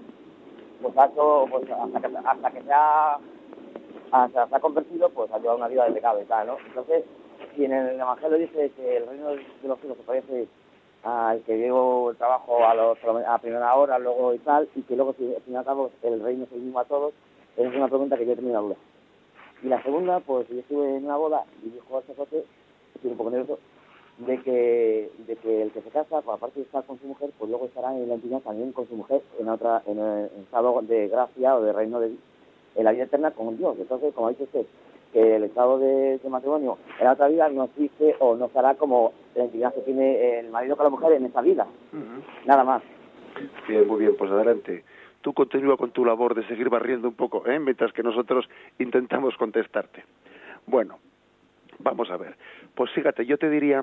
Speaker 3: pues ha hecho, pues, hasta que, hasta que se ha, hasta se ha convertido, pues ha llevado una vida de pecado y tal, ¿no? Entonces, si en el Evangelio dice que el reino de los cielos se parece al que llevo el trabajo a, los, a primera hora, luego y tal, y que luego, si al fin y al cabo, el reino es el mismo a todos, esa es una pregunta que yo he tenido la duda. Y la segunda, pues, yo estuve en una boda y dijo al sacerdote, estoy un poco nervioso, de que, de que el que se casa, pues, aparte de estar con su mujer, pues luego estará en la intimidad también con su mujer, en otra en el estado de gracia o de reino de en la vida eterna con Dios. Entonces, como ha dicho usted, que el estado de, de matrimonio en la otra vida no existe o no estará como la intimidad que tiene el marido con la mujer en esta vida. Uh-huh. Nada más.
Speaker 1: Bien, muy bien, pues adelante. tú continúa con tu labor de seguir barriendo un poco, ¿eh? Mientras que nosotros intentamos contestarte. Bueno, vamos a ver. Pues fíjate, yo te diría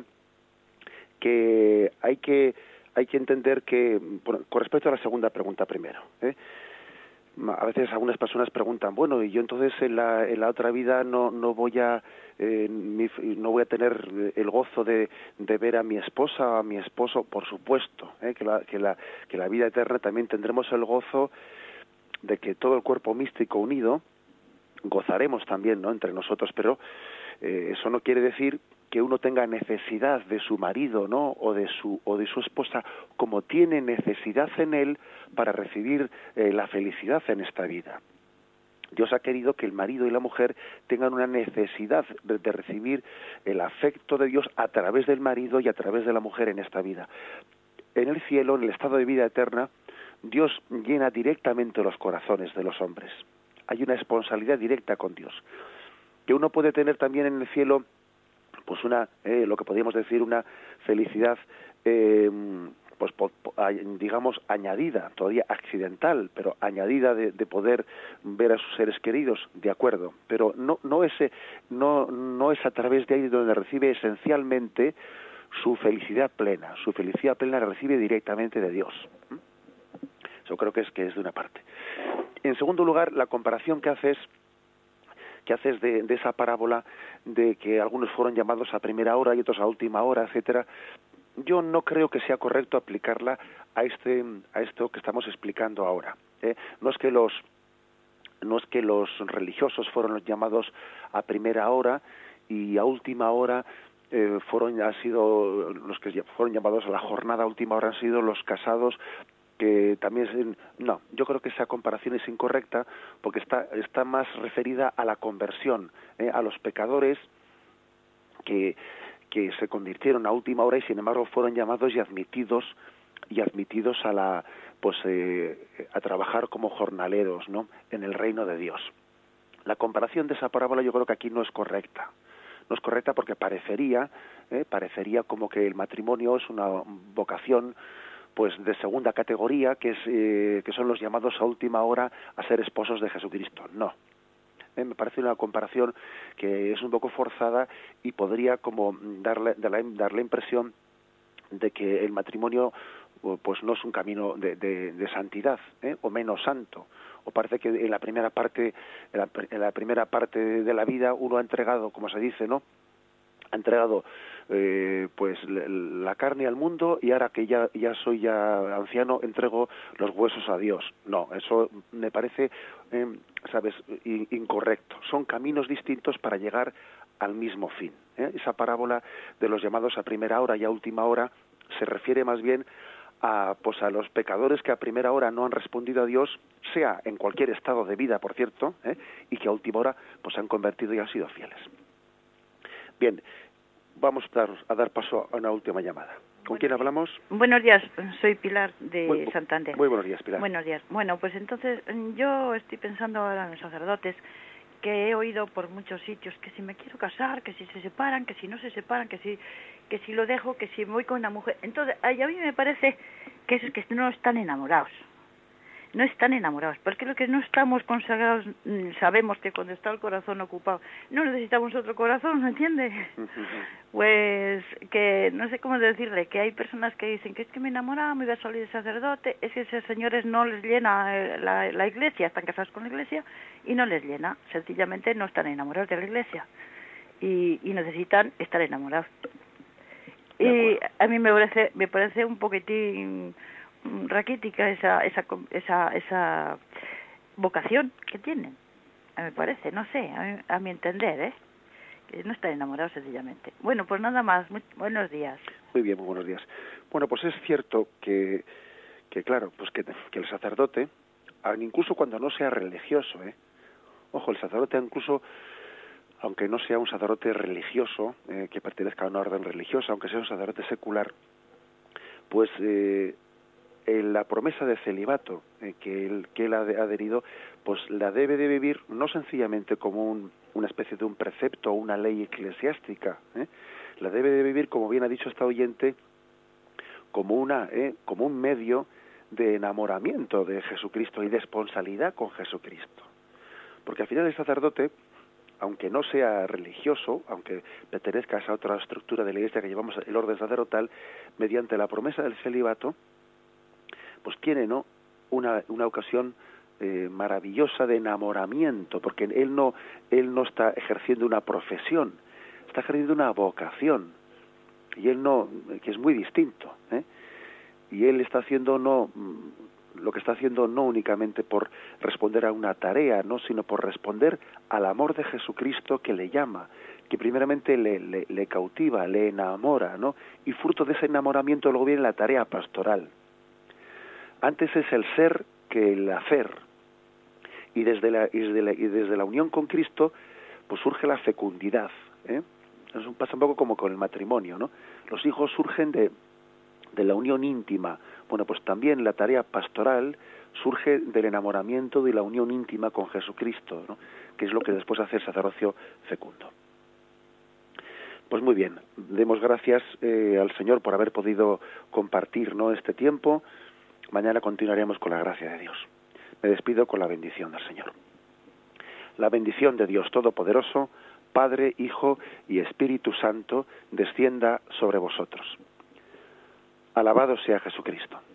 Speaker 1: que hay que hay que entender que, bueno, con respecto a la segunda pregunta primero, ¿eh? A veces algunas personas preguntan, bueno, y yo entonces en la, en la otra vida no no voy a eh, mi, no voy a tener el gozo de, de ver a mi esposa o a mi esposo. Por supuesto, ¿eh? que la que la que la vida eterna también tendremos el gozo de que todo el cuerpo místico unido gozaremos también, ¿no?, entre nosotros, pero eh, eso no quiere decir que uno tenga necesidad de su marido, ¿no?, o de su o de su esposa, como tiene necesidad en él para recibir eh, la felicidad en esta vida. Dios ha querido que el marido y la mujer tengan una necesidad de, de recibir el afecto de Dios a través del marido y a través de la mujer en esta vida. En el cielo, en el estado de vida eterna, Dios llena directamente los corazones de los hombres. Hay una responsabilidad directa con Dios. Que uno puede tener también en el cielo, pues una, eh, lo que podríamos decir, una felicidad, eh, pues po, po, digamos, añadida, todavía accidental, pero añadida de, de poder ver a sus seres queridos, de acuerdo, pero no, no, ese, no, no es a través de ahí donde recibe esencialmente su felicidad plena. Su felicidad plena la recibe directamente de Dios. Eso creo que es que es de una parte. En segundo lugar, la comparación que haces que haces de, de esa parábola de que algunos fueron llamados a primera hora y otros a última hora, etcétera, yo no creo que sea correcto aplicarla a este a esto que estamos explicando ahora. ¿eh? No es que los no es que los religiosos fueron los llamados a primera hora y a última hora eh, fueron han sido los que fueron llamados a la jornada a última hora han sido los casados, que también es, no, yo creo que esa comparación es incorrecta porque está está más referida a la conversión, ¿eh? a los pecadores que que se convirtieron a última hora y sin embargo fueron llamados y admitidos y admitidos a la pues eh, a trabajar como jornaleros, ¿no?, en el reino de Dios. La comparación de esa parábola yo creo que aquí no es correcta. No es correcta porque parecería eh, parecería como que el matrimonio es una vocación pues de segunda categoría, que es eh, que son los llamados a última hora a ser esposos de Jesucristo. No. Eh, me parece una comparación que es un poco forzada y podría como darle darle, darle impresión de que el matrimonio pues no es un camino de, de, de santidad, ¿eh? o menos santo. O parece que en la primera parte en la, en la primera parte de la vida uno ha entregado, como se dice, ¿no?, ha entregado eh, pues la carne al mundo y ahora que ya ya soy ya anciano entrego los huesos a Dios. No, eso me parece, eh, sabes, incorrecto. Son caminos distintos para llegar al mismo fin. ¿eh? Esa parábola de los llamados a primera hora y a última hora se refiere más bien a pues a los pecadores que a primera hora no han respondido a Dios, sea en cualquier estado de vida, por cierto, ¿eh? y que a última hora pues se han convertido y han sido fieles. Bien, vamos a dar, a dar paso a una última llamada. ¿Con
Speaker 4: Buenos
Speaker 1: quién hablamos?
Speaker 4: Buenos días, soy Pilar de
Speaker 1: muy,
Speaker 4: Santander.
Speaker 1: Muy buenos días, Pilar.
Speaker 4: Buenos días. Bueno, pues entonces yo estoy pensando ahora en los sacerdotes, que he oído por muchos sitios que si me quiero casar, que si se separan, que si no se separan, que si que si lo dejo, que si voy con una mujer. Entonces, a mí me parece que es que no están enamorados. No están enamorados, porque lo que no estamos consagrados, sabemos que cuando está el corazón ocupado, no necesitamos otro corazón, ¿me entiende? Pues que no sé cómo decirle, que hay personas que dicen que es que me enamoraba, me iba a salir de sacerdote, es que a esos señores no les llena la, la iglesia, están casados con la iglesia y no les llena, sencillamente no están enamorados de la iglesia y, y necesitan estar enamorados. Y a mí me parece, me parece un poquitín raquítica esa esa esa esa vocación que tienen, me parece, no sé, a mi, a mi entender, ¿eh? Que no están enamorados sencillamente. Bueno, pues nada más, muy, buenos días.
Speaker 1: Muy bien, muy buenos días. Bueno, pues es cierto que, que claro, pues que, que el sacerdote, incluso cuando no sea religioso, ¿eh? Ojo, el sacerdote incluso, aunque no sea un sacerdote religioso, eh, que pertenezca a una orden religiosa, aunque sea un sacerdote secular, pues eh, la promesa de celibato eh, que él, que él ha adherido, pues la debe de vivir no sencillamente como un, una especie de un precepto o una ley eclesiástica, ¿eh? La debe de vivir, como bien ha dicho esta oyente, como una eh, como un medio de enamoramiento de Jesucristo y de esponsalidad con Jesucristo. Porque al final el sacerdote, aunque no sea religioso, aunque pertenezca a esa otra estructura de la Iglesia que llevamos el orden sacerdotal, mediante la promesa del celibato, pues tiene, ¿no?, una, una ocasión eh, maravillosa de enamoramiento, porque él no, él no está ejerciendo una profesión, está ejerciendo una vocación, y él no, que es muy distinto, ¿eh? Y él está haciendo no lo que está haciendo no únicamente por responder a una tarea, no, sino por responder al amor de Jesucristo que le llama, que primeramente le, le, le cautiva, le enamora, ¿no? Y fruto de ese enamoramiento luego viene la tarea pastoral. Antes es el ser que el hacer, y desde la, y desde la, y desde la unión con Cristo pues surge la fecundidad, ¿eh? Eso pasa un poco como con el matrimonio, ¿no? Los hijos surgen de de la unión íntima. Bueno, pues también la tarea pastoral surge del enamoramiento de la unión íntima con Jesucristo, ¿no?, que es lo que después hace el sacerdocio fecundo. Pues muy bien, demos gracias eh, al Señor por haber podido compartir, ¿no?, este tiempo. Mañana continuaremos con la gracia de Dios. Me despido con la bendición del Señor. La bendición de Dios Todopoderoso, Padre, Hijo y Espíritu Santo, descienda sobre vosotros. Alabado sea Jesucristo.